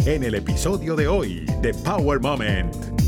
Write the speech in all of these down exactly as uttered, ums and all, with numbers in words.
en el episodio de hoy de Power Moment.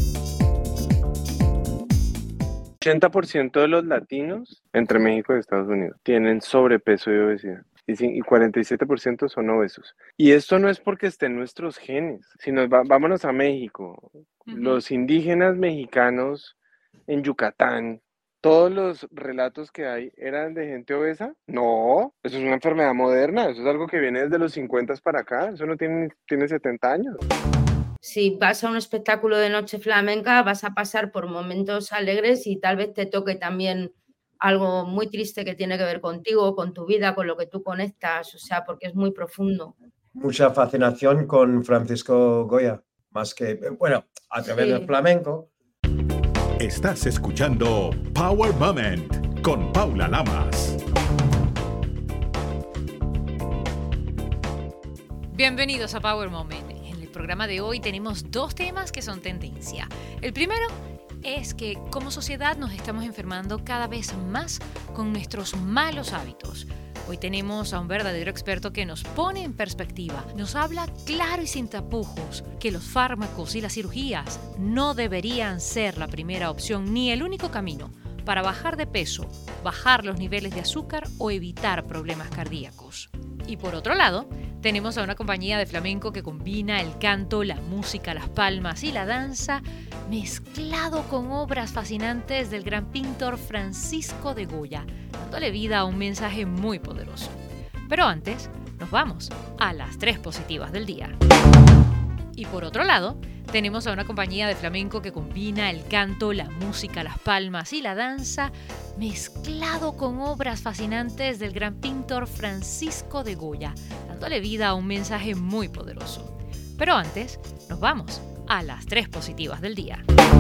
ochenta por ciento de los latinos entre México y Estados Unidos tienen sobrepeso y obesidad. Y cuarenta y siete por ciento son obesos. Y esto no es porque estén en nuestros genes, sino va, vámonos a México. Uh-huh. Los indígenas mexicanos en Yucatán, todos los relatos que hay eran de gente obesa. No, eso es una enfermedad moderna, eso es algo que viene desde los cincuenta para acá, eso no tiene, tiene setenta años. Si vas a un espectáculo de noche flamenca, vas a pasar por momentos alegres y tal vez te toque también algo muy triste que tiene que ver contigo, con tu vida, con lo que tú conectas, o sea, porque es muy profundo. Mucha fascinación con Francisco Goya, más que, bueno, a través sí. del flamenco. Estás escuchando Power Moment con Paula Lamas. Bienvenidos a Power Moment. En el programa de hoy tenemos dos temas que son tendencia. El primero es que como sociedad nos estamos enfermando cada vez más con nuestros malos hábitos. Hoy tenemos a un verdadero experto que nos pone en perspectiva, nos habla claro y sin tapujos que los fármacos y las cirugías no deberían ser la primera opción ni el único camino para bajar de peso, bajar los niveles de azúcar o evitar problemas cardíacos. Y por otro lado, tenemos a una compañía de flamenco que combina el canto, la música, las palmas y la danza mezclado con obras fascinantes del gran pintor Francisco de Goya, dándole vida a un mensaje muy poderoso. Pero antes, nos vamos a las tres positivas del día. Y por otro lado, tenemos a una compañía de flamenco que combina el canto, la música, las palmas y la danza mezclado con obras fascinantes del gran pintor Francisco de Goya, dándole vida a un mensaje muy poderoso. Pero antes, nos vamos a las tres positivas del día.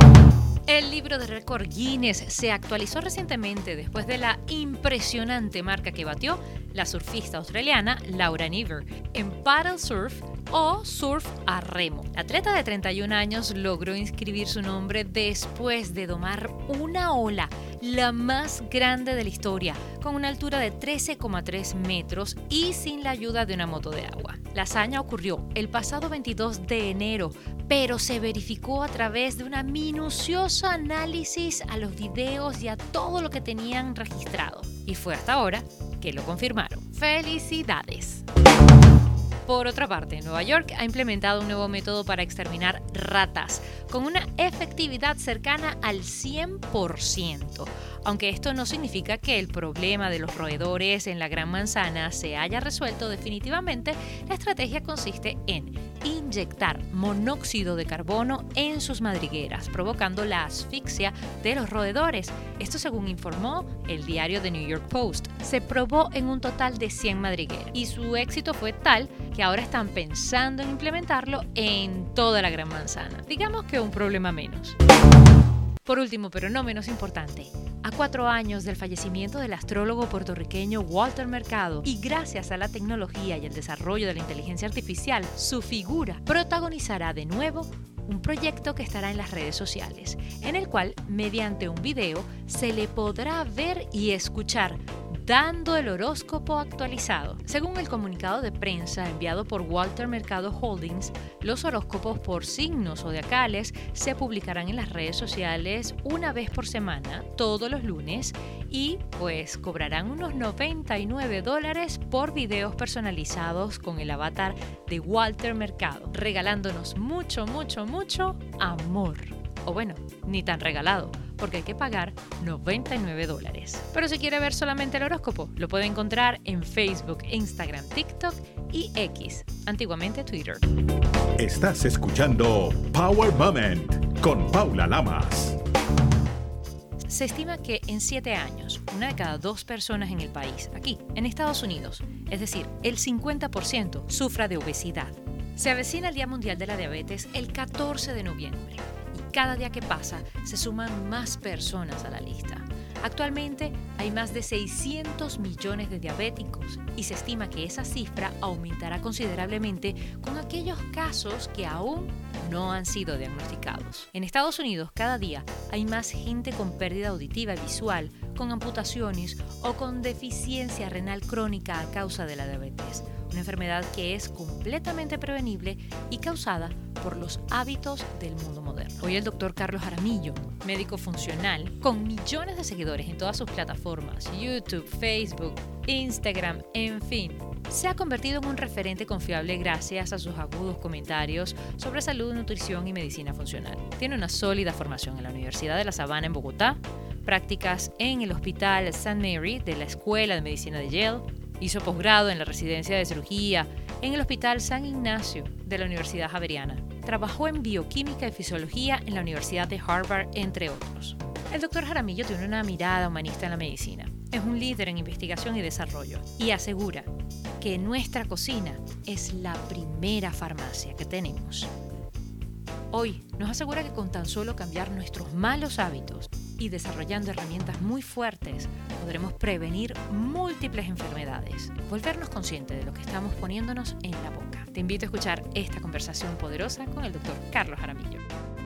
El libro de récord Guinness se actualizó recientemente después de la impresionante marca que batió la surfista australiana Laura Niver en paddle surf o surf a remo. La atleta de treinta y un años logró inscribir su nombre después de domar una ola, la más grande de la historia, con una altura de trece coma tres metros y sin la ayuda de una moto de agua. La hazaña ocurrió el pasado veintidós de enero, pero se verificó a través de una minucioso análisis a los videos y a todo lo que tenían registrado. Y fue hasta ahora que lo confirmaron. ¡Felicidades! Por otra parte, Nueva York ha implementado un nuevo método para exterminar ratas, con una efectividad cercana al cien por ciento. Aunque esto no significa que el problema de los roedores en la Gran Manzana se haya resuelto definitivamente, la estrategia consiste en inyectar monóxido de carbono en sus madrigueras, provocando la asfixia de los roedores. Esto según informó el diario The New York Post. Se probó en un total de cien madrigueras y su éxito fue tal que ahora están pensando en implementarlo en toda la Gran Manzana. Digamos que un problema menos. Por último, pero no menos importante, a cuatro años del fallecimiento del astrólogo puertorriqueño Walter Mercado y gracias a la tecnología y el desarrollo de la inteligencia artificial, su figura protagonizará de nuevo un proyecto que estará en las redes sociales, en el cual, mediante un video, se le podrá ver y escuchar dando el horóscopo actualizado. Según el comunicado de prensa enviado por Walter Mercado Holdings, los horóscopos por signos zodiacales se publicarán en las redes sociales una vez por semana, todos los lunes, y pues cobrarán unos noventa y nueve dólares por videos personalizados con el avatar de Walter Mercado, regalándonos mucho, mucho, mucho amor. O bueno, ni tan regalado, porque hay que pagar noventa y nueve dólares. Pero si quiere ver solamente el horóscopo, lo puede encontrar en Facebook, Instagram, TikTok y X, antiguamente Twitter. Estás escuchando Power Moment con Paula Lamas. Se estima que en siete años, una de cada dos personas en el país, aquí, en Estados Unidos, es decir, el cincuenta por ciento, sufra de obesidad. Se avecina el Día Mundial de la Diabetes el catorce de noviembre. Cada día que pasa, se suman más personas a la lista. Actualmente hay más de seiscientos millones de diabéticos y se estima que esa cifra aumentará considerablemente con aquellos casos que aún no han sido diagnosticados. En Estados Unidos, cada día hay más gente con pérdida auditiva y visual, con amputaciones o con deficiencia renal crónica a causa de la diabetes, una enfermedad que es completamente prevenible y causada por los hábitos del mundo moderno. Hoy el doctor Carlos Jaramillo, médico funcional, con millones de seguidores en todas sus plataformas, YouTube, Facebook, Instagram, en fin, se ha convertido en un referente confiable gracias a sus agudos comentarios sobre salud, nutrición y medicina funcional. Tiene una sólida formación en la Universidad de La Sabana en Bogotá, prácticas en el Hospital Saint Mary de la Escuela de Medicina de Yale, hizo posgrado en la Residencia de Cirugía en el Hospital San Ignacio de la Universidad Javeriana. Trabajó en bioquímica y fisiología en la Universidad de Harvard, entre otros. El doctor Jaramillo tiene una mirada humanista en la medicina. Es un líder en investigación y desarrollo y asegura que nuestra cocina es la primera farmacia que tenemos. Hoy nos asegura que con tan solo cambiar nuestros malos hábitos y desarrollando herramientas muy fuertes, podremos prevenir múltiples enfermedades, volvernos conscientes de lo que estamos poniéndonos en la boca. Te invito a escuchar esta conversación poderosa con el doctor Carlos Jaramillo.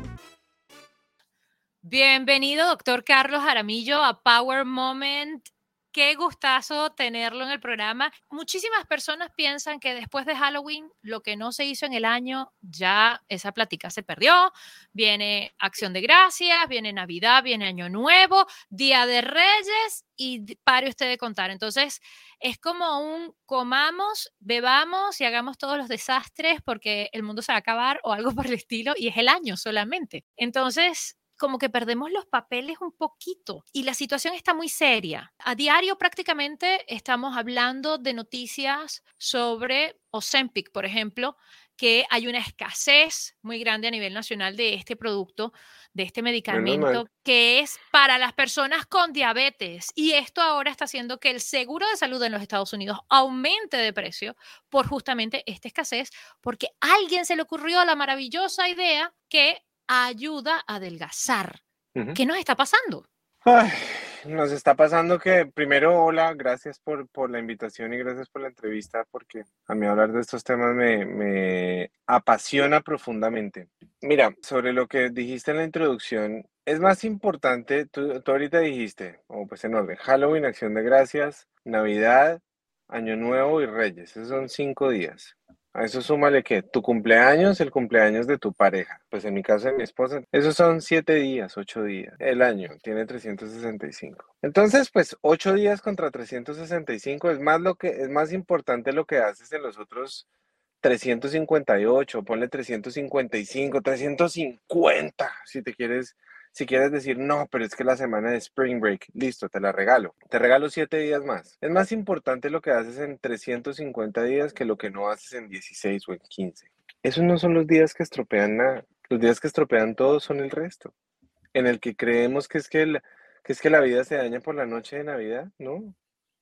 Bienvenido, doctor Carlos Jaramillo, a Power Moment. Qué gustazo tenerlo en el programa. Muchísimas personas piensan que después de Halloween, lo que no se hizo en el año, ya esa plática se perdió. Viene Acción de Gracias, viene Navidad, viene Año Nuevo, Día de Reyes y pare usted de contar. Entonces, es como un comamos, bebamos y hagamos todos los desastres porque el mundo se va a acabar o algo por el estilo y es el año solamente. Entonces, como que perdemos los papeles un poquito y la situación está muy seria. A diario prácticamente estamos hablando de noticias sobre Ozempic, por ejemplo, que hay una escasez muy grande a nivel nacional de este producto, de este medicamento, que es para las personas con diabetes. Y esto ahora está haciendo que el seguro de salud en los Estados Unidos aumente de precio por justamente esta escasez, porque a alguien se le ocurrió la maravillosa idea que ayuda a adelgazar. Uh-huh. ¿Qué nos está pasando? Ay, nos está pasando que, primero, hola, gracias por, por la invitación y gracias por la entrevista, porque a mí hablar de estos temas me, me apasiona profundamente. Mira, sobre lo que dijiste en la introducción, es más importante, tú, tú ahorita dijiste, o oh, pues en orden, Halloween, Acción de Gracias, Navidad, Año Nuevo y Reyes, esos son cinco días. A eso súmale que tu cumpleaños, el cumpleaños de tu pareja, pues en mi caso de mi esposa, esos son siete días, ocho días. El año tiene trescientos sesenta y cinco. Entonces, pues ocho días contra trescientos sesenta y cinco es más lo que es más importante lo que haces en los otros trescientos cincuenta y ocho, ponle trescientos cincuenta y cinco, trescientos cincuenta, si te quieres, si quieres decir, no, pero es que la semana de Spring Break, listo, te la regalo. Te regalo siete días más. Es más importante lo que haces en trescientos cincuenta días que lo que no haces en dieciséis o en quince. Esos no son los días que estropean nada. Los días que estropean todo son el resto. En el que creemos que es que, el, que es que la vida se daña por la noche de Navidad. No,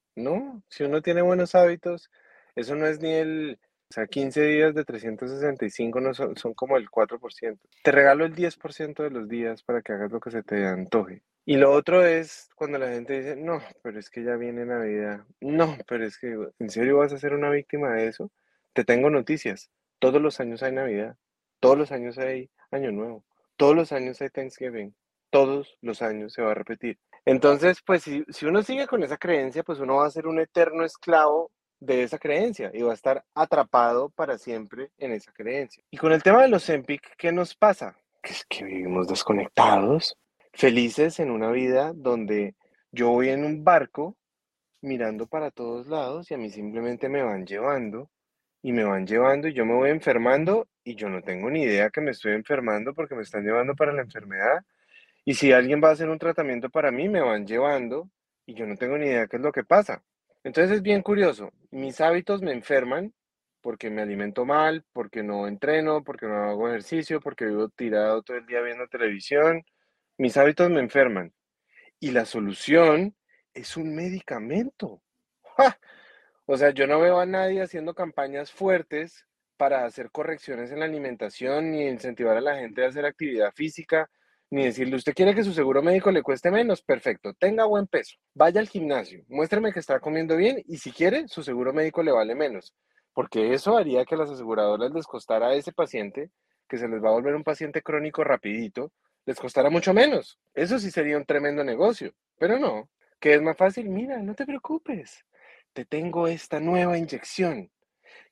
no. Si uno tiene buenos hábitos, eso no es ni el... O sea, quince días de trescientos sesenta y cinco no son, son como el cuatro por ciento. Te regalo el diez por ciento de los días para que hagas lo que se te antoje. Y lo otro es cuando la gente dice, no, pero es que ya viene Navidad. No, pero es que, ¿en serio vas a ser una víctima de eso? Te tengo noticias. Todos los años hay Navidad. Todos los años hay Año Nuevo. Todos los años hay Thanksgiving. Todos los años se va a repetir. Entonces, pues si, si uno sigue con esa creencia, pues uno va a ser un eterno esclavo de esa creencia y va a estar atrapado para siempre en esa creencia. Y con el tema de los Ozempic, ¿qué nos pasa? Que es que vivimos desconectados, felices en una vida donde yo voy en un barco mirando para todos lados y a mí simplemente me van llevando y me van llevando y yo me voy enfermando y yo no tengo ni idea que me estoy enfermando porque me están llevando para la enfermedad. Y si alguien va a hacer un tratamiento para mí, me van llevando y yo no tengo ni idea qué es lo que pasa. Entonces es bien curioso, mis hábitos me enferman porque me alimento mal, porque no entreno, porque no hago ejercicio, porque vivo tirado todo el día viendo televisión. Mis hábitos me enferman. Y la solución es un medicamento. ¡Ja! O sea, yo no veo a nadie haciendo campañas fuertes para hacer correcciones en la alimentación, ni incentivar a la gente a hacer actividad física, ni decirle, ¿usted quiere que su seguro médico le cueste menos? Perfecto, tenga buen peso, vaya al gimnasio, muéstrame que está comiendo bien y si quiere, su seguro médico le vale menos. Porque eso haría que las aseguradoras les costara a ese paciente, que se les va a volver un paciente crónico rapidito, les costara mucho menos. Eso sí sería un tremendo negocio, pero no. ¿Qué es más fácil? Mira, no te preocupes, te tengo esta nueva inyección.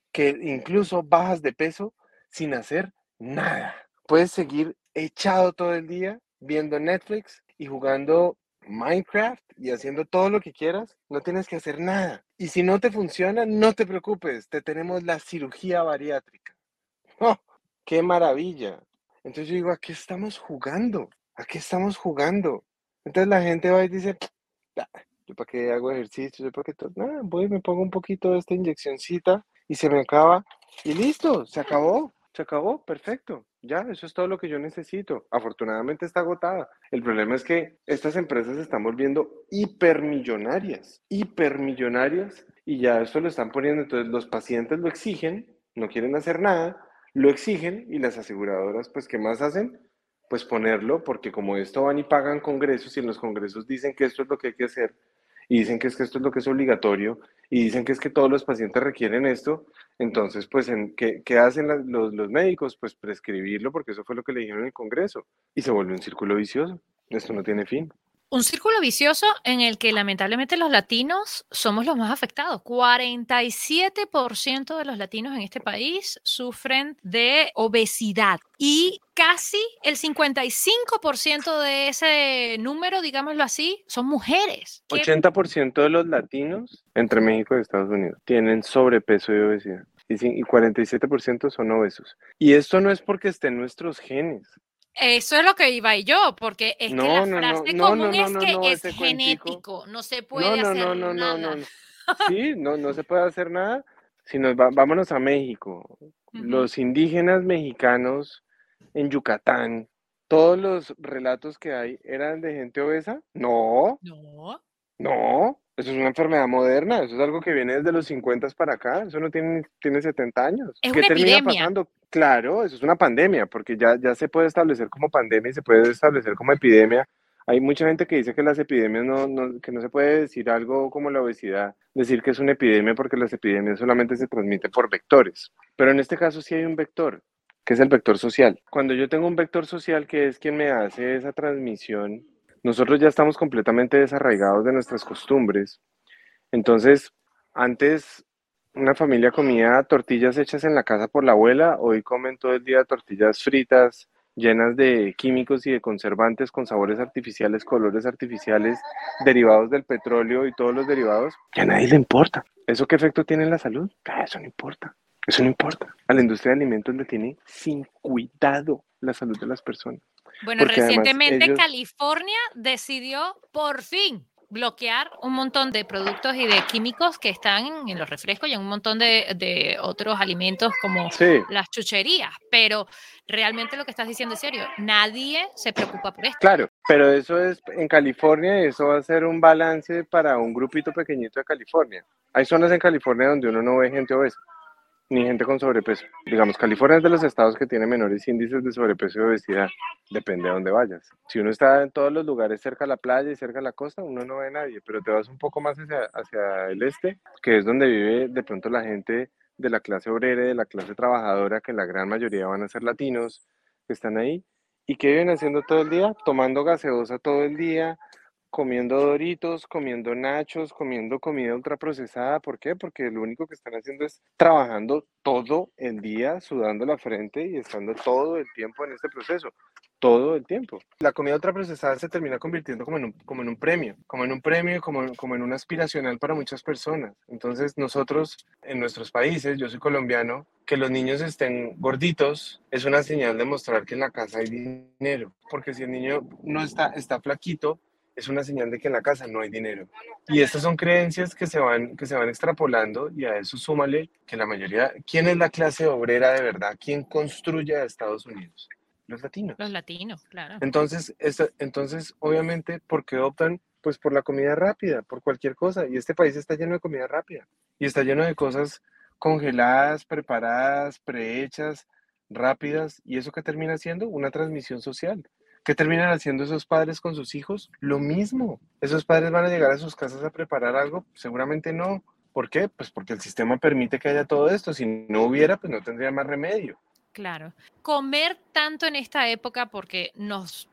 que incluso bajas de peso sin hacer nada. Puedes seguir echado todo el día viendo Netflix y jugando Minecraft y haciendo todo lo que quieras. No tienes que hacer nada. Y si no te funciona, no te preocupes. Te tenemos la cirugía bariátrica. ¡Oh, qué maravilla! Entonces yo digo, ¿a qué estamos jugando? ¿A qué estamos jugando? Entonces la gente va y dice, "Ah, ¿yo para qué hago ejercicio? ¿Yo para qué todo? Nada, voy y me pongo un poquito de esta inyeccioncita y se me acaba y listo, se acabó, se acabó, perfecto. Ya, eso es todo lo que yo necesito. Afortunadamente está agotada. El problema es que estas empresas se están volviendo hipermillonarias, hipermillonarias, y ya eso lo están poniendo. Entonces los pacientes lo exigen, no quieren hacer nada, lo exigen, y las aseguradoras, pues, ¿qué más hacen? Pues ponerlo, porque como esto van y pagan congresos, y en los congresos dicen que esto es lo que hay que hacer, y dicen que es que esto es lo que es obligatorio, y dicen que es que todos los pacientes requieren esto, entonces, pues, en, ¿qué, qué hacen la- los, los médicos? Pues prescribirlo, porque eso fue lo que le dijeron en el congreso, y se vuelve un círculo vicioso. Esto no tiene fin. Un círculo vicioso en el que lamentablemente los latinos somos los más afectados. cuarenta y siete por ciento de los latinos en este país sufren de obesidad y casi el cincuenta y cinco por ciento de ese número, digámoslo así, son mujeres. ¿Qué- ochenta por ciento de los latinos entre México y Estados Unidos tienen sobrepeso y obesidad, y cin- y cuarenta y siete por ciento son obesos. Y esto no es porque esté en nuestros genes. Eso es lo que iba y yo, porque es que No, la no, no, frase no, común no, no, es no, que no, es ese cuentico. genético, no se No, puede no, hacer no, no, no, nada. no. Sí, no, no se puede hacer nada. Si nos va- vámonos a México. Ujú. Los indígenas mexicanos en Yucatán, todos los relatos que hay eran de gente obesa. No, No. no, eso es una enfermedad moderna, eso es algo que viene desde los cincuenta para acá, eso no tiene, tiene setenta años. Es ¿Qué una termina epidemia. pasando? Claro, eso es una pandemia, porque ya, ya se puede establecer como pandemia y se puede establecer como epidemia. Hay mucha gente que dice que las epidemias no, no, que no se puede decir algo como la obesidad, decir que es una epidemia, porque las epidemias solamente se transmiten por vectores. Pero en este caso sí hay un vector, que es el vector social. Cuando yo tengo un vector social que es quien me hace esa transmisión, nosotros ya estamos completamente desarraigados de nuestras costumbres. Entonces, antes una familia comía tortillas hechas en la casa por la abuela, hoy comen todo el día tortillas fritas, llenas de químicos y de conservantes, con sabores artificiales, colores artificiales, derivados del petróleo y todos los derivados, que a nadie le importa. ¿Eso qué efecto tiene en la salud? Ah, eso no importa. Eso no importa. A la industria de alimentos le tiene sin cuidado la salud de las personas. Bueno, Porque además recientemente ellos... California decidió por fin bloquear un montón de productos y de químicos que están en, en los refrescos y en un montón de, de otros alimentos como Sí, las chucherías. Pero realmente lo que estás diciendo es serio. Nadie se preocupa por esto. claro, pero eso es en California, y eso va a ser un balance para un grupito pequeñito de California. Hay zonas en California donde uno no ve gente obesa, ni gente con sobrepeso. Digamos, California es de los estados que tiene menores índices de sobrepeso y obesidad. Depende de dónde vayas. Si uno está en todos los lugares cerca a la playa y cerca a la costa, uno no ve a nadie, pero te vas un poco más hacia, hacia el este, que es donde vive de pronto la gente de la clase obrera y de la clase trabajadora, que la gran mayoría van a ser latinos, que están ahí, y que viven haciendo todo el día, tomando gaseosa todo el día, comiendo Doritos, comiendo nachos, comiendo comida ultraprocesada. ¿Por qué? Porque lo único que están haciendo es trabajando todo el día, sudando la frente y estando todo el tiempo en este proceso. Todo el tiempo. La comida ultraprocesada se termina convirtiendo como en un, como en un premio, como en un premio, como, como en un aspiracional para muchas personas. Entonces nosotros en nuestros países, yo soy colombiano, que los niños estén gorditos es una señal de mostrar que en la casa hay dinero. Porque si el niño no está, está flaquito, es una señal de que en la casa no hay dinero. Y estas son creencias que se van, que se van extrapolando, y a eso súmale que la mayoría, ¿quién es la clase obrera de verdad? ¿Quién construye a Estados Unidos? Los latinos. Los latinos, claro. Entonces, esta, entonces, obviamente, ¿por qué optan? Pues por la comida rápida, por cualquier cosa. Y este país está lleno de comida rápida. Y está lleno de cosas congeladas, preparadas, prehechas, rápidas. ¿Y eso qué termina haciendo? Una transmisión social. ¿Qué terminan haciendo esos padres con sus hijos? Lo mismo. ¿Esos padres van a llegar a sus casas a preparar algo? Seguramente no. ¿Por qué? Pues porque el sistema permite que haya todo esto. Si no hubiera, pues no tendría más remedio. Claro. Comer tanto en esta época porque nos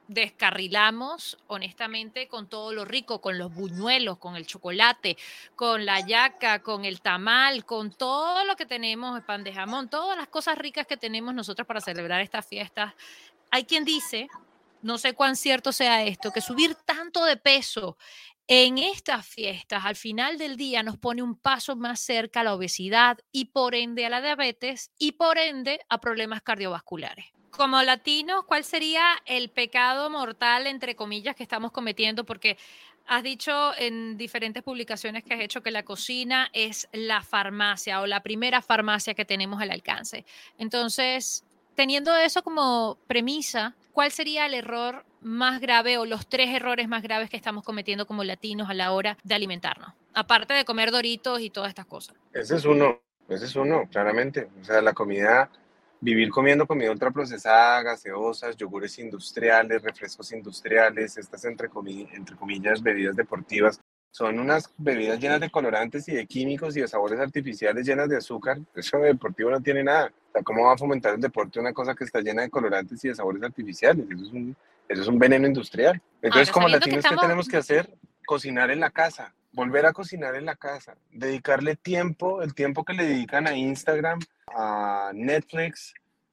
descarrilamos, honestamente, con todo lo rico, con los buñuelos, con el chocolate, con la yaca, con el tamal, con todo lo que tenemos, el pan de jamón, todas las cosas ricas que tenemos nosotros para celebrar estas fiestas. Hay quien dice, no sé cuán cierto sea esto, que subir tanto de peso en estas fiestas al final del día nos pone un paso más cerca a la obesidad y por ende a la diabetes y por ende a problemas cardiovasculares. Como latinos, ¿cuál sería el pecado mortal, entre comillas, que estamos cometiendo? Porque has dicho en diferentes publicaciones que has hecho que la cocina es la farmacia o la primera farmacia que tenemos al alcance. Entonces, teniendo eso como premisa, ¿cuál sería el error más grave o los tres errores más graves que estamos cometiendo como latinos a la hora de alimentarnos? Aparte de comer Doritos y todas estas cosas. Ese es uno, ese es uno, claramente. O sea, la comida, vivir comiendo comida ultraprocesada, gaseosas, yogures industriales, refrescos industriales, estas entre, comi- entre comillas bebidas deportivas, son unas bebidas llenas de colorantes y de químicos y de sabores artificiales llenas de azúcar. Eso de deportivo no tiene nada. O sea, ¿cómo va a fomentar el deporte una cosa que está llena de colorantes y de sabores artificiales? Eso es un, eso es un veneno industrial. Entonces, Ahora, como sabiendo que latinos, ¿qué estamos... tenemos que hacer? Cocinar en la casa, volver a cocinar en la casa, dedicarle tiempo, el tiempo que le dedican a Instagram, a Netflix,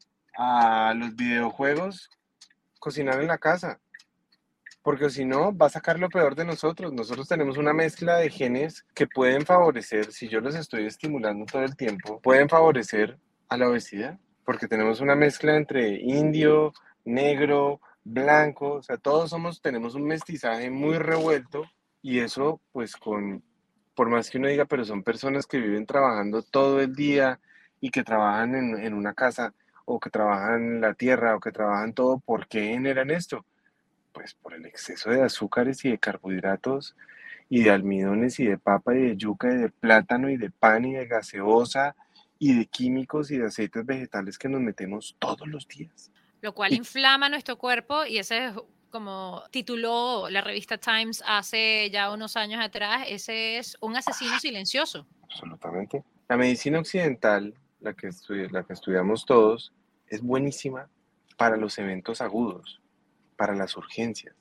a los videojuegos, cocinar en la casa. Porque si no, va a sacar lo peor de nosotros. Nosotros tenemos una mezcla de genes que pueden favorecer, si yo los estoy estimulando todo el tiempo, pueden favorecer a la obesidad. Porque tenemos una mezcla entre indio, negro, blanco, o sea, todos somos, tenemos un mestizaje muy revuelto y eso, pues con, por más que uno diga, pero son personas que viven trabajando todo el día y que trabajan en, en una casa o que trabajan en la tierra o que trabajan todo, ¿por qué generan esto? Pues por el exceso de azúcares y de carbohidratos y de almidones y de papa y de yuca y de plátano y de pan y de gaseosa y de químicos y de aceites vegetales que nos metemos todos los días. Lo cual Y inflama nuestro cuerpo y ese es como tituló la revista Times hace ya unos años atrás, ese es un asesino silencioso. absolutamente. La medicina occidental, la que, estu- la que estudiamos todos, es buenísima para los eventos agudos, para las urgencias,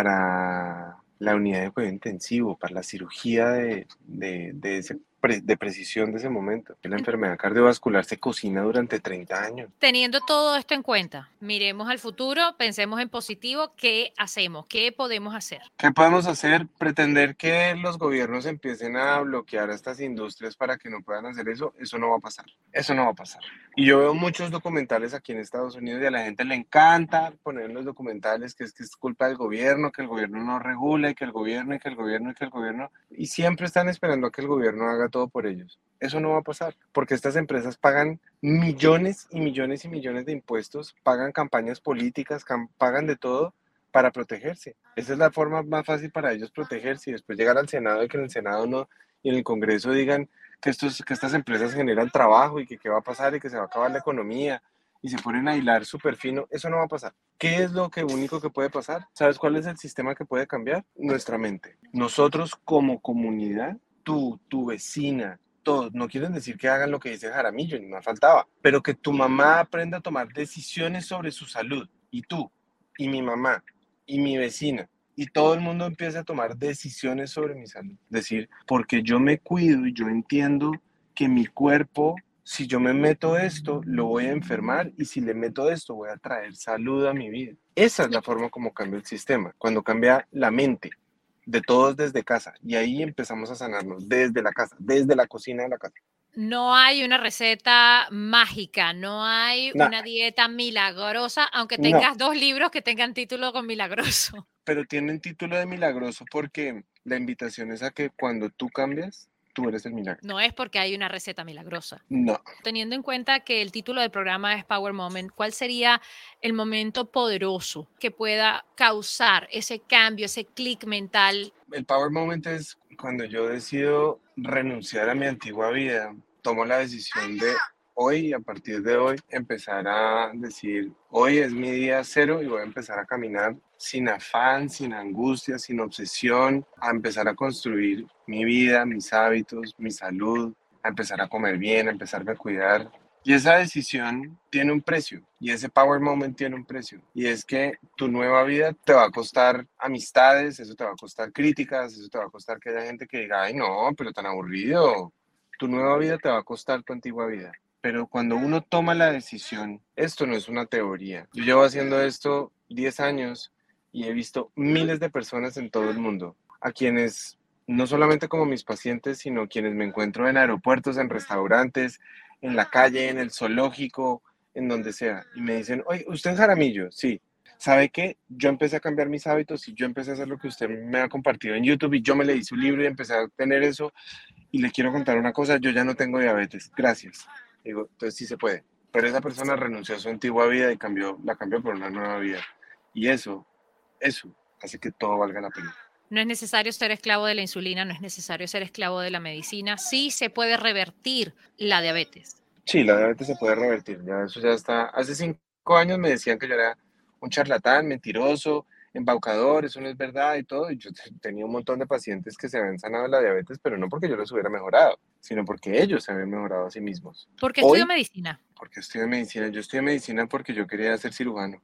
para la unidad de cuidado intensivo, para la cirugía de, de, de, ese pre- de precisión de ese momento. La enfermedad cardiovascular se cocina durante treinta años. Teniendo todo esto en cuenta, miremos al futuro, pensemos en positivo, ¿qué hacemos? ¿Qué podemos hacer? ¿Qué podemos hacer? Pretender que los gobiernos empiecen a bloquear a estas industrias para que no puedan hacer eso, eso no va a pasar. Eso no va a pasar. Y yo veo muchos documentales aquí en Estados Unidos y a la gente le encanta poner en los documentales que es que es culpa del gobierno, que el gobierno no regula y que el gobierno y que el gobierno y que el gobierno. Y siempre están esperando a que el gobierno haga todo por ellos. Eso no va a pasar, porque estas empresas pagan millones y millones y millones de impuestos, pagan campañas políticas, cam- pagan de todo para protegerse. Esa es la forma más fácil para ellos protegerse y después llegar al Senado y que en el Senado no y en el Congreso digan que, estos, que estas empresas generan trabajo y que qué va a pasar y que se va a acabar la economía y se ponen a hilar súper fino. Eso no va a pasar. ¿Qué es lo que único que puede pasar? ¿Sabes cuál es el sistema que puede cambiar? Nuestra mente. Nosotros como comunidad, tú, tu vecina, todos, no quieren decir que hagan lo que dice Jaramillo, ni más faltaba, pero que tu mamá aprenda a tomar decisiones sobre su salud y tú y mi mamá y mi vecina y todo el mundo empieza a tomar decisiones sobre mi salud. Es decir, porque yo me cuido y yo entiendo que mi cuerpo, si yo me meto esto, lo voy a enfermar y si le meto esto, voy a traer salud a mi vida. Esa es la forma como cambia el sistema, cuando cambia la mente de todos desde casa y ahí empezamos a sanarnos desde la casa, desde la cocina de la casa. No hay una receta mágica, no hay No, una dieta milagrosa, aunque no, tengas dos libros que tengan título con milagroso. pero tienen título de milagroso porque la invitación es a que cuando tú cambias, tú eres el milagro. No es porque hay una receta milagrosa. No. Teniendo en cuenta que el título del programa es Power Moment, ¿cuál sería el momento poderoso que pueda causar ese cambio, ese clic mental? El Power Moment es cuando yo decido renunciar a mi antigua vida, tomo la decisión de hoy, a partir de hoy, empezar a decir, hoy es mi día cero y voy a empezar a caminar sin afán, sin angustia, sin obsesión, a empezar a construir mi vida, mis hábitos, mi salud, a empezar a comer bien, a empezarme a cuidar Y esa decisión tiene un precio, y ese power moment tiene un precio. Y es que tu nueva vida te va a costar amistades, eso te va a costar críticas, eso te va a costar que haya gente que diga, ay no, pero tan aburrido. Tu nueva vida te va a costar tu antigua vida. Pero cuando uno toma la decisión, esto no es una teoría. Yo llevo haciendo esto diez años y he visto miles de personas en todo el mundo, a quienes, no solamente como mis pacientes, sino quienes me encuentro en aeropuertos, en restaurantes, en la calle, en el zoológico, en donde sea, y me dicen, oye, ¿usted es Jaramillo? Sí. ¿Sabe qué? Yo empecé a cambiar mis hábitos y yo empecé a hacer lo que usted me ha compartido en YouTube y yo me leí su libro y empecé a tener eso y le quiero contar una cosa, yo ya no tengo diabetes, gracias. Digo, entonces sí se puede. Pero esa persona renunció a su antigua vida y cambió, la cambió por una nueva vida. Y eso, eso hace que todo valga la pena. No es necesario ser esclavo de la insulina, no es necesario ser esclavo de la medicina. Sí se puede revertir la diabetes. Sí, la diabetes se puede revertir. Ya eso ya está. Hace cinco años me decían que yo era un charlatán, mentiroso, embaucador, eso no es verdad y todo. Y yo tenía un montón de pacientes que se habían sanado de la diabetes, pero no porque yo los hubiera mejorado, sino porque ellos se habían mejorado a sí mismos. ¿Por qué estudió medicina? Porque estudié medicina. Yo estudié medicina porque yo quería ser cirujano.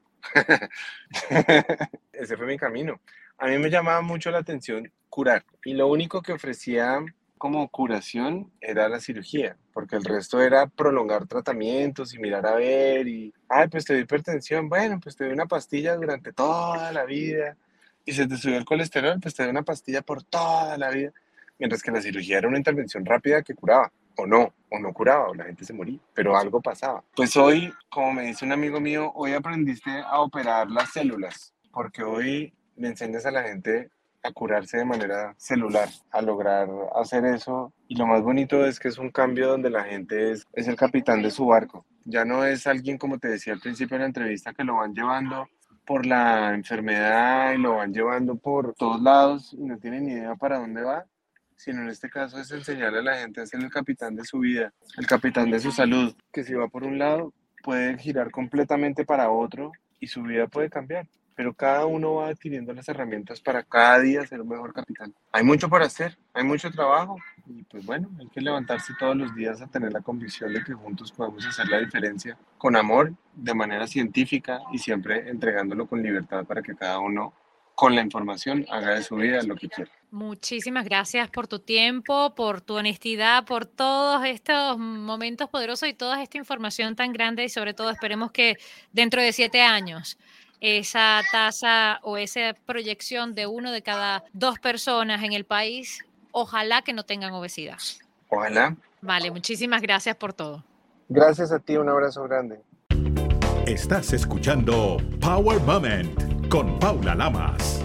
Ese fue mi camino. A mí me llamaba mucho la atención curar y lo único que ofrecía como curación era la cirugía, porque el resto era prolongar tratamientos y mirar a ver y, ay, pues te dio hipertensión, bueno, pues te doy una pastilla durante toda la vida y se te subió el colesterol, pues te doy una pastilla por toda la vida, mientras que la cirugía era una intervención rápida que curaba, o no, o no curaba, o la gente se moría, pero algo pasaba. Pues hoy, como me dice un amigo mío, hoy aprendiste a operar las células, porque hoy le enseñas a la gente a curarse de manera celular, a lograr hacer eso. Y lo más bonito es que es un cambio donde la gente es, es el capitán de su barco. Ya no es alguien, como te decía al principio de la entrevista, que lo van llevando por la enfermedad y lo van llevando por todos lados y no tienen ni idea para dónde va, sino en este caso es enseñarle a la gente a ser el capitán de su vida, el capitán de su salud, que si va por un lado puede girar completamente para otro y su vida puede cambiar. Pero cada uno va adquiriendo las herramientas para cada día ser un mejor capitán. Hay mucho por hacer, hay mucho trabajo y pues bueno, hay que levantarse todos los días a tener la convicción de que juntos podemos hacer la diferencia con amor, de manera científica y siempre entregándolo con libertad para que cada uno con la información haga de su vida lo que quiera. Muchísimas gracias por tu tiempo, por tu honestidad, por todos estos momentos poderosos y toda esta información tan grande y sobre todo esperemos que dentro de siete años esa tasa o esa proyección de uno de cada dos personas en el país, ojalá que no tengan obesidad. Ojalá. Vale, muchísimas gracias por todo. Gracias a ti, un abrazo grande. Estás escuchando Power Moment con Paula Lamas.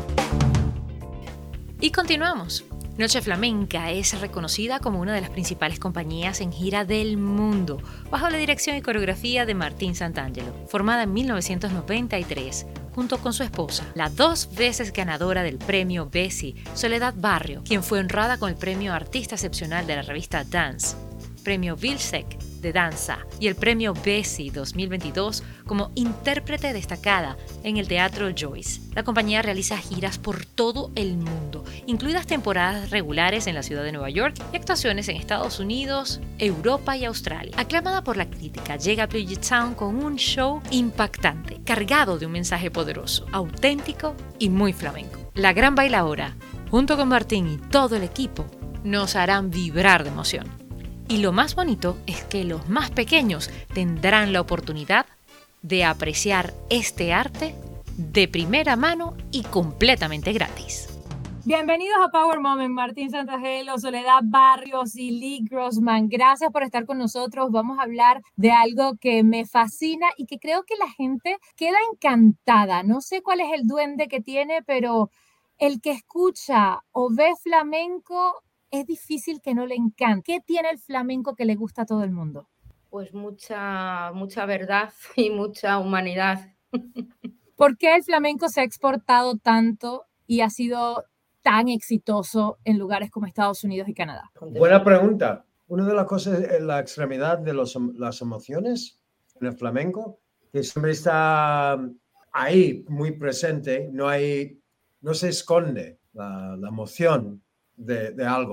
Y continuamos. Noche Flamenca es reconocida como una de las principales compañías en gira del mundo, bajo la dirección y coreografía de Martín Santangelo, formada en mil novecientos noventa y tres, junto con su esposa, la dos veces ganadora del premio Bessie, Soledad Barrio, quien fue honrada con el premio Artista Excepcional de la revista Dance, premio Vilsec de danza y el premio Bessie dos mil veintidós como intérprete destacada en el Teatro Joyce. La compañía realiza giras por todo el mundo, incluidas temporadas regulares en la ciudad de Nueva York y actuaciones en Estados Unidos, Europa y Australia. Aclamada por la crítica, llega a Puget Sound con un show impactante, cargado de un mensaje poderoso, auténtico y muy flamenco. La gran bailaora, junto con Martín y todo el equipo, nos harán vibrar de emoción. Y lo más bonito es que los más pequeños tendrán la oportunidad de apreciar este arte de primera mano y completamente gratis. Bienvenidos a Power Moment, Martín Santangelo, Soledad Barrios y Lee Grossman. Gracias por estar con nosotros. Vamos a hablar de algo que me fascina y que creo que la gente queda encantada. No sé cuál es el duende que tiene, pero el que escucha o ve flamenco es difícil que no le encante. ¿Qué tiene el flamenco que le gusta a todo el mundo? Pues mucha, mucha verdad y mucha humanidad. ¿Por qué el flamenco se ha exportado tanto y ha sido tan exitoso en lugares como Estados Unidos y Canadá? Buena pregunta. Una de las cosas es la extremidad de los, las emociones en el flamenco, que siempre está ahí, muy presente. No hay, no se esconde la, la emoción De, de algo.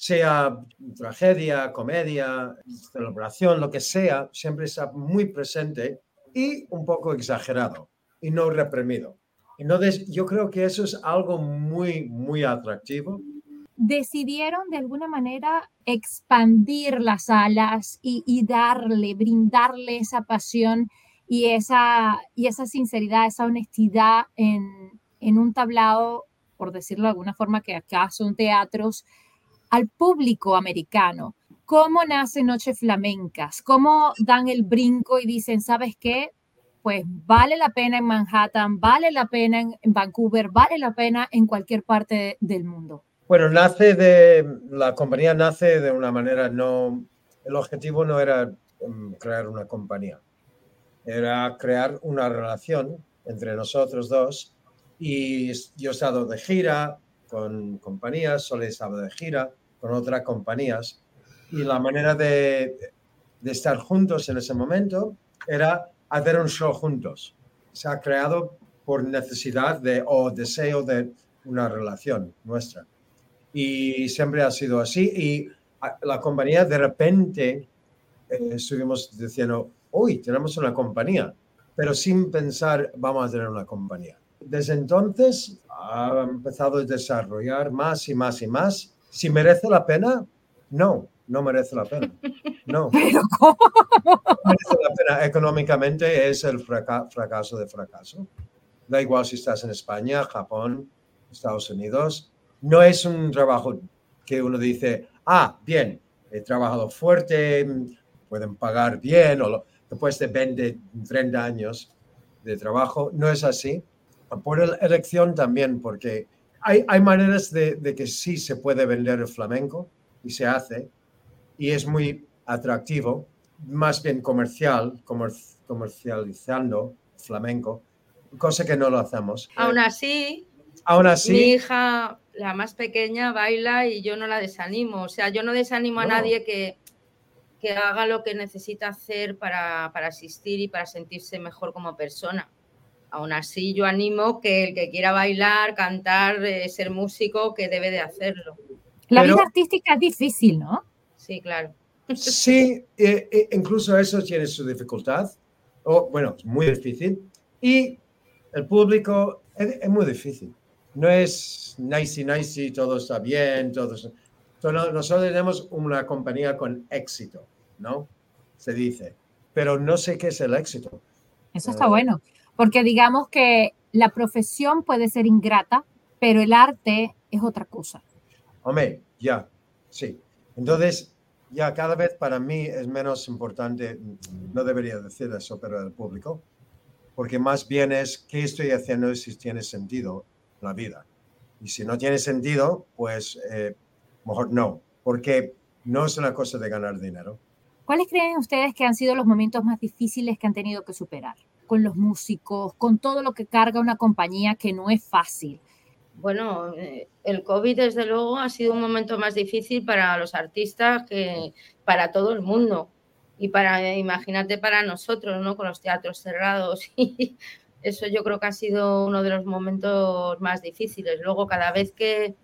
sea tragedia, comedia, celebración, lo que sea, siempre está muy presente y un poco exagerado y no reprimido. Entonces, yo creo que eso es algo muy, muy atractivo. Decidieron de alguna manera expandir las salas y, y darle, brindarle esa pasión y esa, y esa sinceridad, esa honestidad en, en un tablado, por decirlo de alguna forma, que acá son teatros, al público americano. ¿Cómo nace Noches Flamencas? ¿Cómo dan el brinco y dicen, ¿sabes qué? Pues vale la pena en Manhattan, vale la pena en Vancouver, vale la pena en cualquier parte del mundo? Bueno, nace de, la compañía nace de una manera no, el objetivo no era um, crear una compañía, era crear una relación entre nosotros dos y yo he estado de gira con compañías, Sole estaba de gira con otras compañías y la manera de, de estar juntos en ese momento era hacer un show juntos. Se ha creado por necesidad de, o deseo de una relación nuestra. Y siempre ha sido así. Y la compañía de repente eh, estuvimos diciendo, uy, tenemos una compañía, pero sin pensar, vamos a tener una compañía. Desde entonces ha empezado a desarrollar más y más y más. Si merece la pena, no, no merece la pena. No. ¿Pero cómo? No merece la pena. Económicamente es el fraca- fracaso de fracaso. Da igual si estás en España, Japón, Estados Unidos. No es un trabajo que uno dice, ah, bien, he trabajado fuerte, pueden pagar bien, o lo, después de veinte, treinta años de trabajo. No es así. Por elección también, porque hay, hay maneras de, de que sí se puede vender el flamenco, y se hace, y es muy atractivo, más bien comercial, comer, comercializando flamenco, cosa que no lo hacemos. Aún así, Aún así, mi hija, la más pequeña, baila y yo no la desanimo. O sea, yo no desanimo No. a nadie que, que haga lo que necesita hacer para, para asistir y para sentirse mejor como persona. Aún así, yo animo que el que quiera bailar, cantar, eh, ser músico, que debe de hacerlo. La Pero- vida artística es difícil, ¿no? Sí, claro. sí, eh, eh, incluso eso tiene su dificultad, o bueno, es muy difícil, y el público es, es muy difícil. No es nicey nicey, todo está bien, todo es- todo- nosotros tenemos una compañía con éxito, ¿no? Se dice, pero no sé qué es el éxito. Eso está bueno, porque digamos que la profesión puede ser ingrata, pero el arte es otra cosa. Hombre, ya, sí. Entonces, ya cada vez para mí es menos importante, no debería decir eso, pero el público, porque más bien es qué estoy haciendo y si tiene sentido la vida. Y si no tiene sentido, pues eh, mejor no, porque no es una cosa de ganar dinero. ¿Cuáles creen ustedes que han sido los momentos más difíciles que han tenido que superar? Con los músicos, con todo lo que carga una compañía que no es fácil. Bueno, eh, el COVID desde luego ha sido un momento más difícil para los artistas que para todo el mundo y para, imagínate, para nosotros, ¿no? Con los teatros cerrados y eso yo creo que ha sido uno de los momentos más difíciles. Luego cada vez que,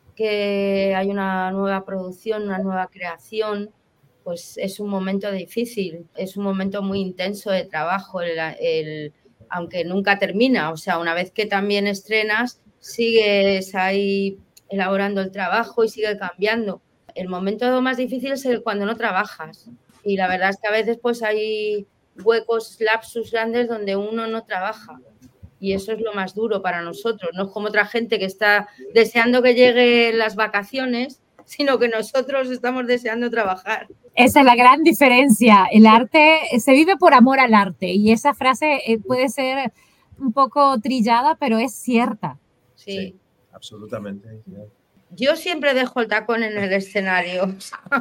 que hay una nueva producción, una nueva creación, pues es un momento difícil, es un momento muy intenso de trabajo, el, el, aunque nunca termina, o sea, una vez que también estrenas, sigues ahí elaborando el trabajo y sigue cambiando. El momento más difícil es el cuando no trabajas y la verdad es que a veces pues hay huecos, lapsus grandes donde uno no trabaja y eso es lo más duro para nosotros. No es como otra gente que está deseando que lleguen las vacaciones, sino que nosotros estamos deseando trabajar. Esa es la gran diferencia. El arte, se vive por amor al arte y esa frase puede ser un poco trillada, pero es cierta. Sí. Sí, absolutamente. Yo siempre dejo el tacón en el escenario.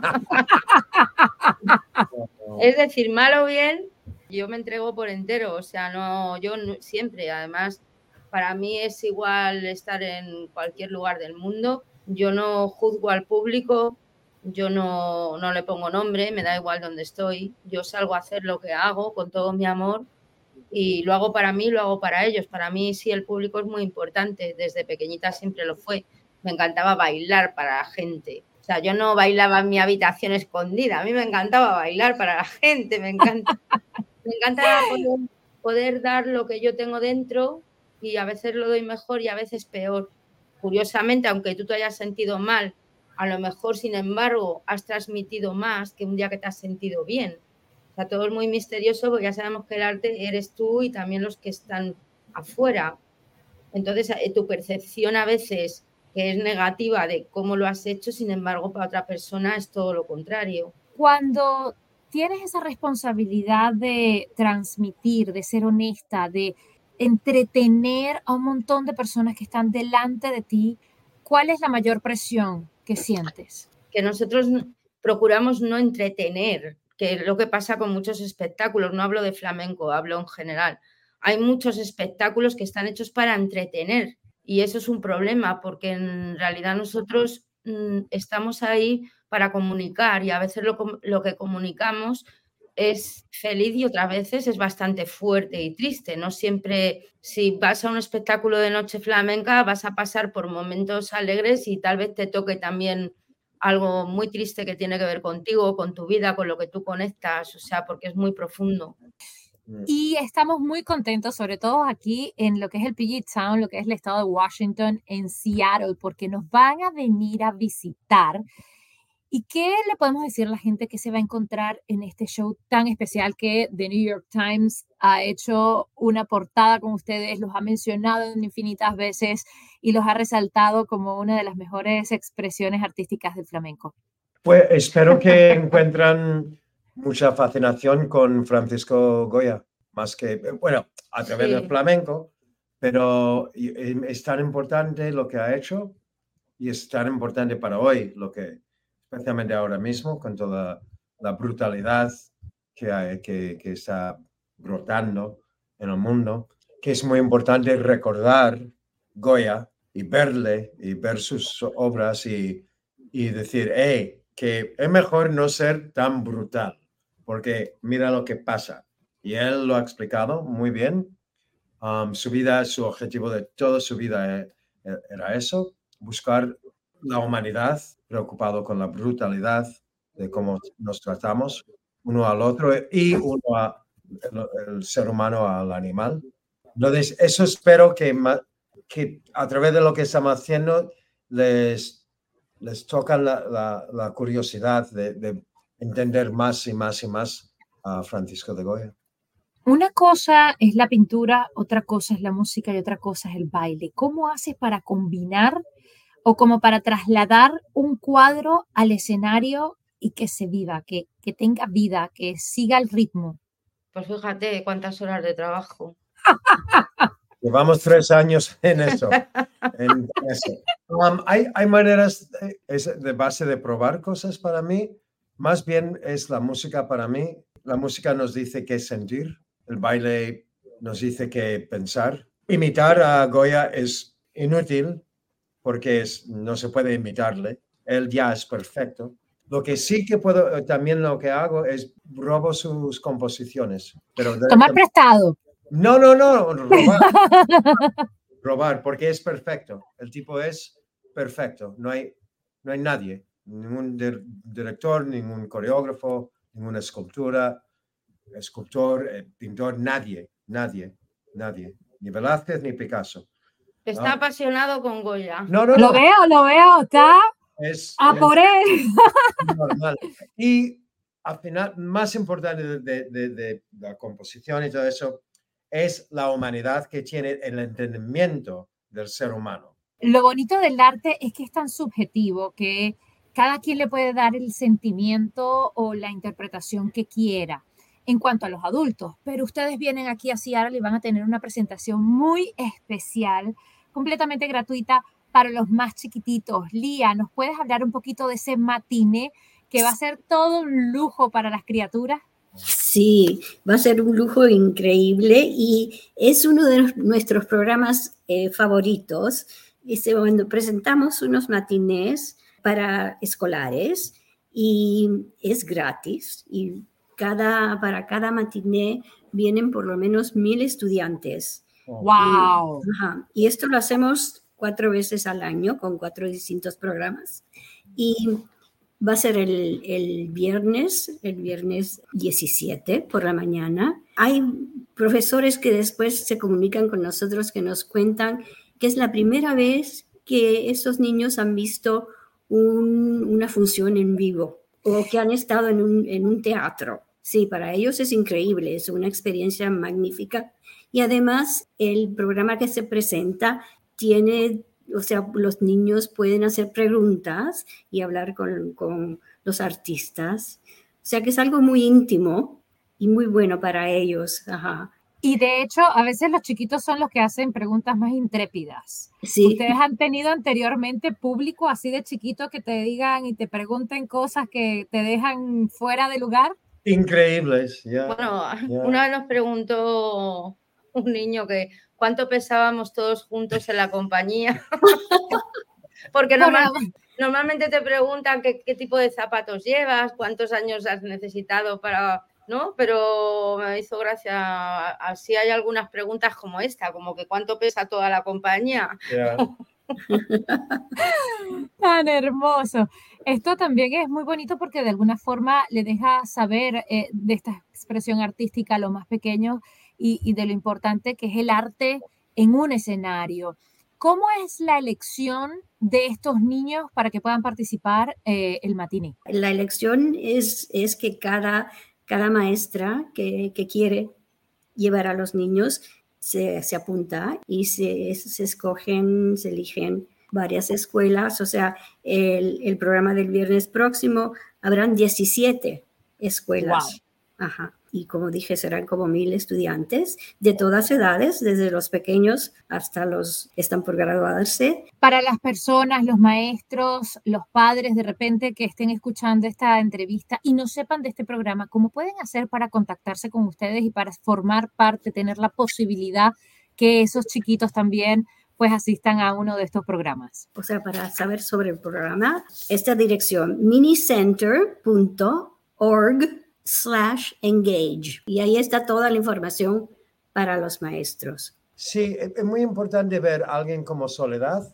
Es decir, mal o bien, yo me entrego por entero. O sea, no, yo no, siempre, además, para mí es igual estar en cualquier lugar del mundo. Yo no juzgo al público, yo no, no le pongo nombre, me da igual dónde estoy. Yo salgo a hacer lo que hago con todo mi amor. Y lo hago para mí, lo hago para ellos. Para mí sí, el público es muy importante. Desde pequeñita siempre lo fue. Me encantaba bailar para la gente. O sea, yo no bailaba en mi habitación escondida, a mí me encantaba bailar para la gente, me encanta, me encanta poder, poder dar lo que yo tengo dentro y a veces lo doy mejor y a veces peor. Curiosamente, aunque tú te hayas sentido mal, a lo mejor, sin embargo, has transmitido más que un día que te has sentido bien. O sea, todo es muy misterioso porque ya sabemos que el arte eres tú y también los que están afuera. Entonces, tu percepción a veces que es negativa de cómo lo has hecho, sin embargo, para otra persona es todo lo contrario. Cuando tienes esa responsabilidad de transmitir, de ser honesta, de entretener a un montón de personas que están delante de ti, ¿cuál es la mayor presión que sientes? Que nosotros procuramos no entretener, que es lo que pasa con muchos espectáculos. No hablo de flamenco, hablo en general. Hay muchos espectáculos que están hechos para entretener y eso es un problema porque en realidad nosotros mmm, estamos ahí para comunicar y a veces lo, lo que comunicamos es feliz y otras veces es bastante fuerte y triste. No siempre, si vas a un espectáculo de noche flamenca, vas a pasar por momentos alegres y tal vez te toque también algo muy triste que tiene que ver contigo, con tu vida, con lo que tú conectas, o sea, porque es muy profundo. Y estamos muy contentos, sobre todo aquí en lo que es el P G Town, lo que es el estado de Washington, en Seattle, porque nos van a venir a visitar. ¿Y qué le podemos decir a la gente que se va a encontrar en este show tan especial que The New York Times ha hecho una portada con ustedes, los ha mencionado infinitas veces y los ha resaltado como una de las mejores expresiones artísticas del flamenco? Pues espero que encuentren mucha fascinación con Francisco Goya, más que, bueno, a través sí. del flamenco, pero es tan importante lo que ha hecho y es tan importante para hoy, lo que, especialmente ahora mismo, con toda la brutalidad que, hay, que, que está brotando en el mundo, que es muy importante recordar Goya y verle y ver sus obras y, y decir, hey, que es mejor no ser tan brutal, porque mira lo que pasa. Y él lo ha explicado muy bien. Um, su vida, su objetivo de toda su vida era eso, buscar la humanidad, preocupado con la brutalidad de cómo nos tratamos uno al otro y uno a, el, el ser humano al animal. Entonces, eso espero que, que a través de lo que estamos haciendo les, les toca la, la, la curiosidad de, de entender más y más y más a Francisco de Goya. Una cosa es la pintura, otra cosa es la música y otra cosa es el baile. ¿Cómo haces para combinar o como para trasladar un cuadro al escenario y que se viva, que, que tenga vida, que siga el ritmo? Pues fíjate cuántas horas de trabajo. Llevamos tres años en eso. En eso. Um, hay, hay maneras de, de base de probar cosas para mí. Más bien es la música para mí. La música nos dice qué sentir. El baile nos dice qué pensar. Imitar a Goya es inútil porque es, no se puede imitarle. Él ya es perfecto. Lo que sí que puedo, también lo que hago es robo sus composiciones. Pero de, Tomar prestado. No, no, no, robar. Robar, porque es perfecto. El tipo es perfecto. No hay, no hay nadie, ningún de, director, ningún coreógrafo, ninguna escultura, escultor, eh, pintor, nadie, nadie, nadie. Ni Velázquez ni Picasso. Está ¿no? apasionado con Goya. No, no, lo no. veo, lo veo, está es, a es por él. Normal. Y al final, más importante de, de, de, de la composición y todo eso, es la humanidad que tiene el entendimiento del ser humano. Lo bonito del arte es que es tan subjetivo que cada quien le puede dar el sentimiento o la interpretación que quiera en cuanto a los adultos, pero ustedes vienen aquí a Seattle y van a tener una presentación muy especial, completamente gratuita para los más chiquititos. Lía, ¿nos puedes hablar un poquito de ese matiné que va a ser todo un lujo para las criaturas? Sí, va a ser un lujo increíble y es uno de nuestros programas eh, favoritos. Este, cuando presentamos unos matinés para escolares y es gratis y cada, para cada matiné vienen por lo menos mil estudiantes. ¡Wow! Y, ajá, y esto lo hacemos cuatro veces al año con cuatro distintos programas. Y Va a ser el, el viernes, el viernes diecisiete por la mañana. Hay profesores que después se comunican con nosotros que nos cuentan que es la primera vez que estos niños han visto un, una función en vivo o que han estado en un, en un teatro. Sí, para ellos es increíble, es una experiencia magnífica. Y además el programa que se presenta tiene, o sea, los niños pueden hacer preguntas y hablar con, con los artistas. O sea que es algo muy íntimo y muy bueno para ellos. Ajá. Y de hecho, a veces los chiquitos son los que hacen preguntas más intrépidas. Sí. ¿Ustedes han tenido anteriormente público así de chiquito que te digan y te pregunten cosas que te dejan fuera de lugar? Increíbles. Yeah, bueno, yeah. Una vez nos preguntó un niño que cuánto pesábamos todos juntos en la compañía. Porque normal, normalmente te preguntan qué, qué tipo de zapatos llevas, cuántos años has necesitado para... ¿no? Pero me hizo gracia, así hay algunas preguntas como esta, como que cuánto pesa toda la compañía. Yeah. Tan hermoso. Esto también es muy bonito porque de alguna forma le deja saber eh, de esta expresión artística a los más pequeños y, y de lo importante que es el arte en un escenario. ¿Cómo es la elección de estos niños para que puedan participar eh, el matiné? La elección es, es que cada... Cada maestra que, que quiere llevar a los niños se, se apunta y se, se escogen, se eligen varias escuelas. O sea, el, el programa del viernes próximo habrán diecisiete escuelas. Wow. Ajá. Y como dije, serán como mil estudiantes de todas edades, desde los pequeños hasta los que están por graduarse. Para las personas, los maestros, los padres de repente que estén escuchando esta entrevista y no sepan de este programa, ¿cómo pueden hacer para contactarse con ustedes y para formar parte, tener la posibilidad que esos chiquitos también pues asistan a uno de estos programas? O sea, para saber sobre el programa, esta dirección, minicenter punto org slash engage. Y ahí está toda la información para los maestros. Sí, es muy importante ver a alguien como Soledad.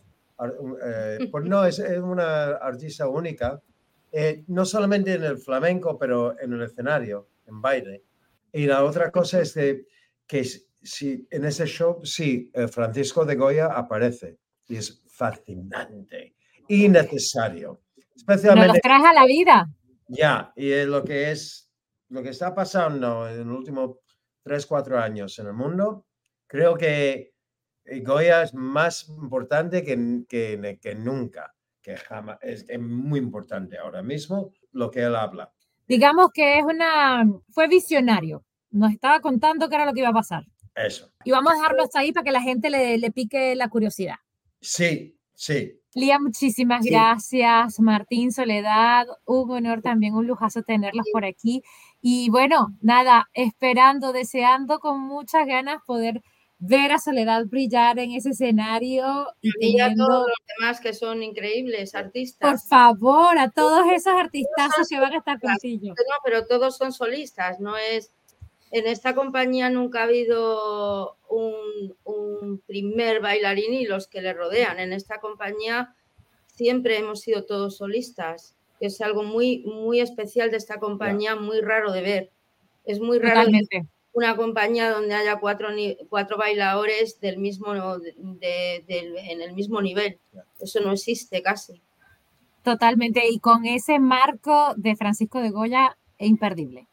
Eh, pues no, es, es una artista única, eh, no solamente en el flamenco, pero en el escenario, en baile. Y la otra cosa es de, que si, en ese show, sí, eh, Francisco de Goya aparece. Y es fascinante y necesario. Especialmente... Nos los traes a la vida. Ya, y es lo que es lo que está pasando en los últimos tres, cuatro años en el mundo, creo que Goya es más importante que, que, que nunca, que jamás, es, es muy importante ahora mismo lo que él habla. Digamos que es una, fue visionario, nos estaba contando qué era lo que iba a pasar. Eso. Y vamos a dejarlo hasta ahí para que la gente le, le pique la curiosidad. Sí, sí. Lía, muchísimas sí. gracias. Martín, Soledad, un honor también, un lujazo tenerlos por aquí. Y bueno, nada, esperando, deseando con muchas ganas poder ver a Soledad brillar en ese escenario. Y, y teniendo... a todos los demás que son increíbles artistas. Por favor, a todos esos artistazos que van a estar contigo. No, pero todos son solistas, no es... En esta compañía nunca ha habido un, un primer bailarín y los que le rodean. En esta compañía siempre hemos sido todos solistas. Es algo muy, muy especial de esta compañía, muy raro de ver. Es muy raro Totalmente. de una compañía donde haya cuatro, cuatro bailadores del mismo, de, de, de, en el mismo nivel. Eso no existe casi. Totalmente. Y con ese marco de Francisco de Goya, es imperdible.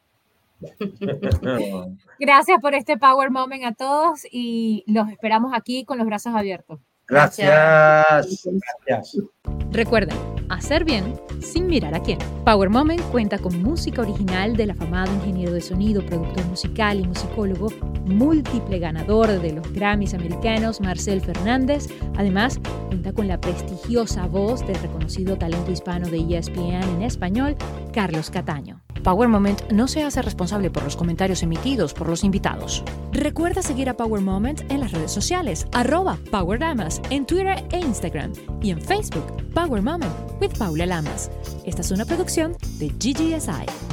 Gracias por este Power Moment a todos y los esperamos aquí con los brazos abiertos. Gracias. Gracias. Recuerda, hacer bien sin mirar a quién. Power Moment cuenta con música original del afamado ingeniero de sonido, productor musical y musicólogo, múltiple ganador de los Grammys americanos, Marcel Fernández. Además, cuenta con la prestigiosa voz del reconocido talento hispano de E S P N en español, Carlos Cataño. Power Moment no se hace responsable por los comentarios emitidos por los invitados. Recuerda seguir a Power Moment en las redes sociales, arroba Power Lamas, en Twitter e Instagram, y en Facebook, Power Moment with Paula Lamas. Esta es una producción de G G S I.